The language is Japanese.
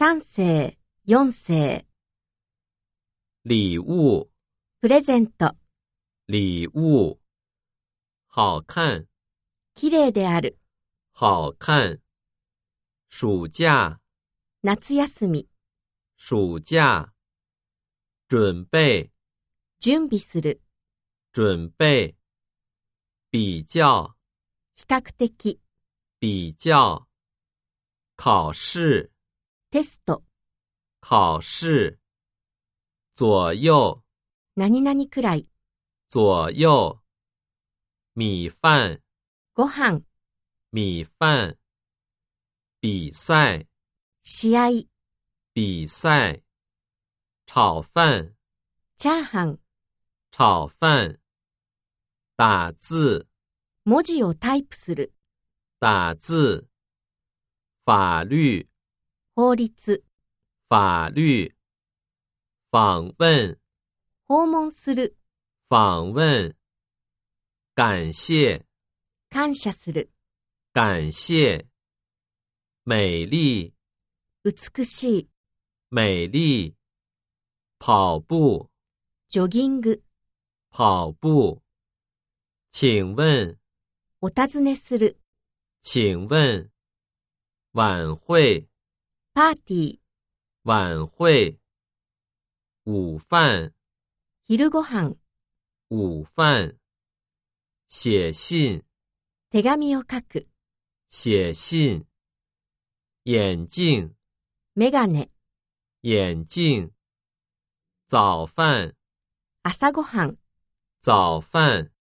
3世、4世。 礼物、 プレゼント。 礼物。好看、 綺麗である。 好看。暑假、 夏休み。 暑假。準備、 準備する。 準備。比較、 比較的。 比較。考試、 テスト。 考試。左右、 何々くらい。 左右。米飯、 ご飯。 米飯。比賽、 試合。 比賽。炒飯、 チャーハン。 炒飯。打字、 文字をタイプする。 打字。法律、 法律。 法律。訪問、 訪問する。 訪問。感謝、 感謝する。 感謝。美麗、 美しい。 美麗。跑步、 ジョギング。 跑步。請問、 お尋ねする。 請問。晚會、 パーティー。 晚會。午飯、 昼ご飯。 午飯。寫信、 手紙を書く。 寫信。眼鏡、 メガネ。 眼鏡。早飯、 朝ごはん。 早飯。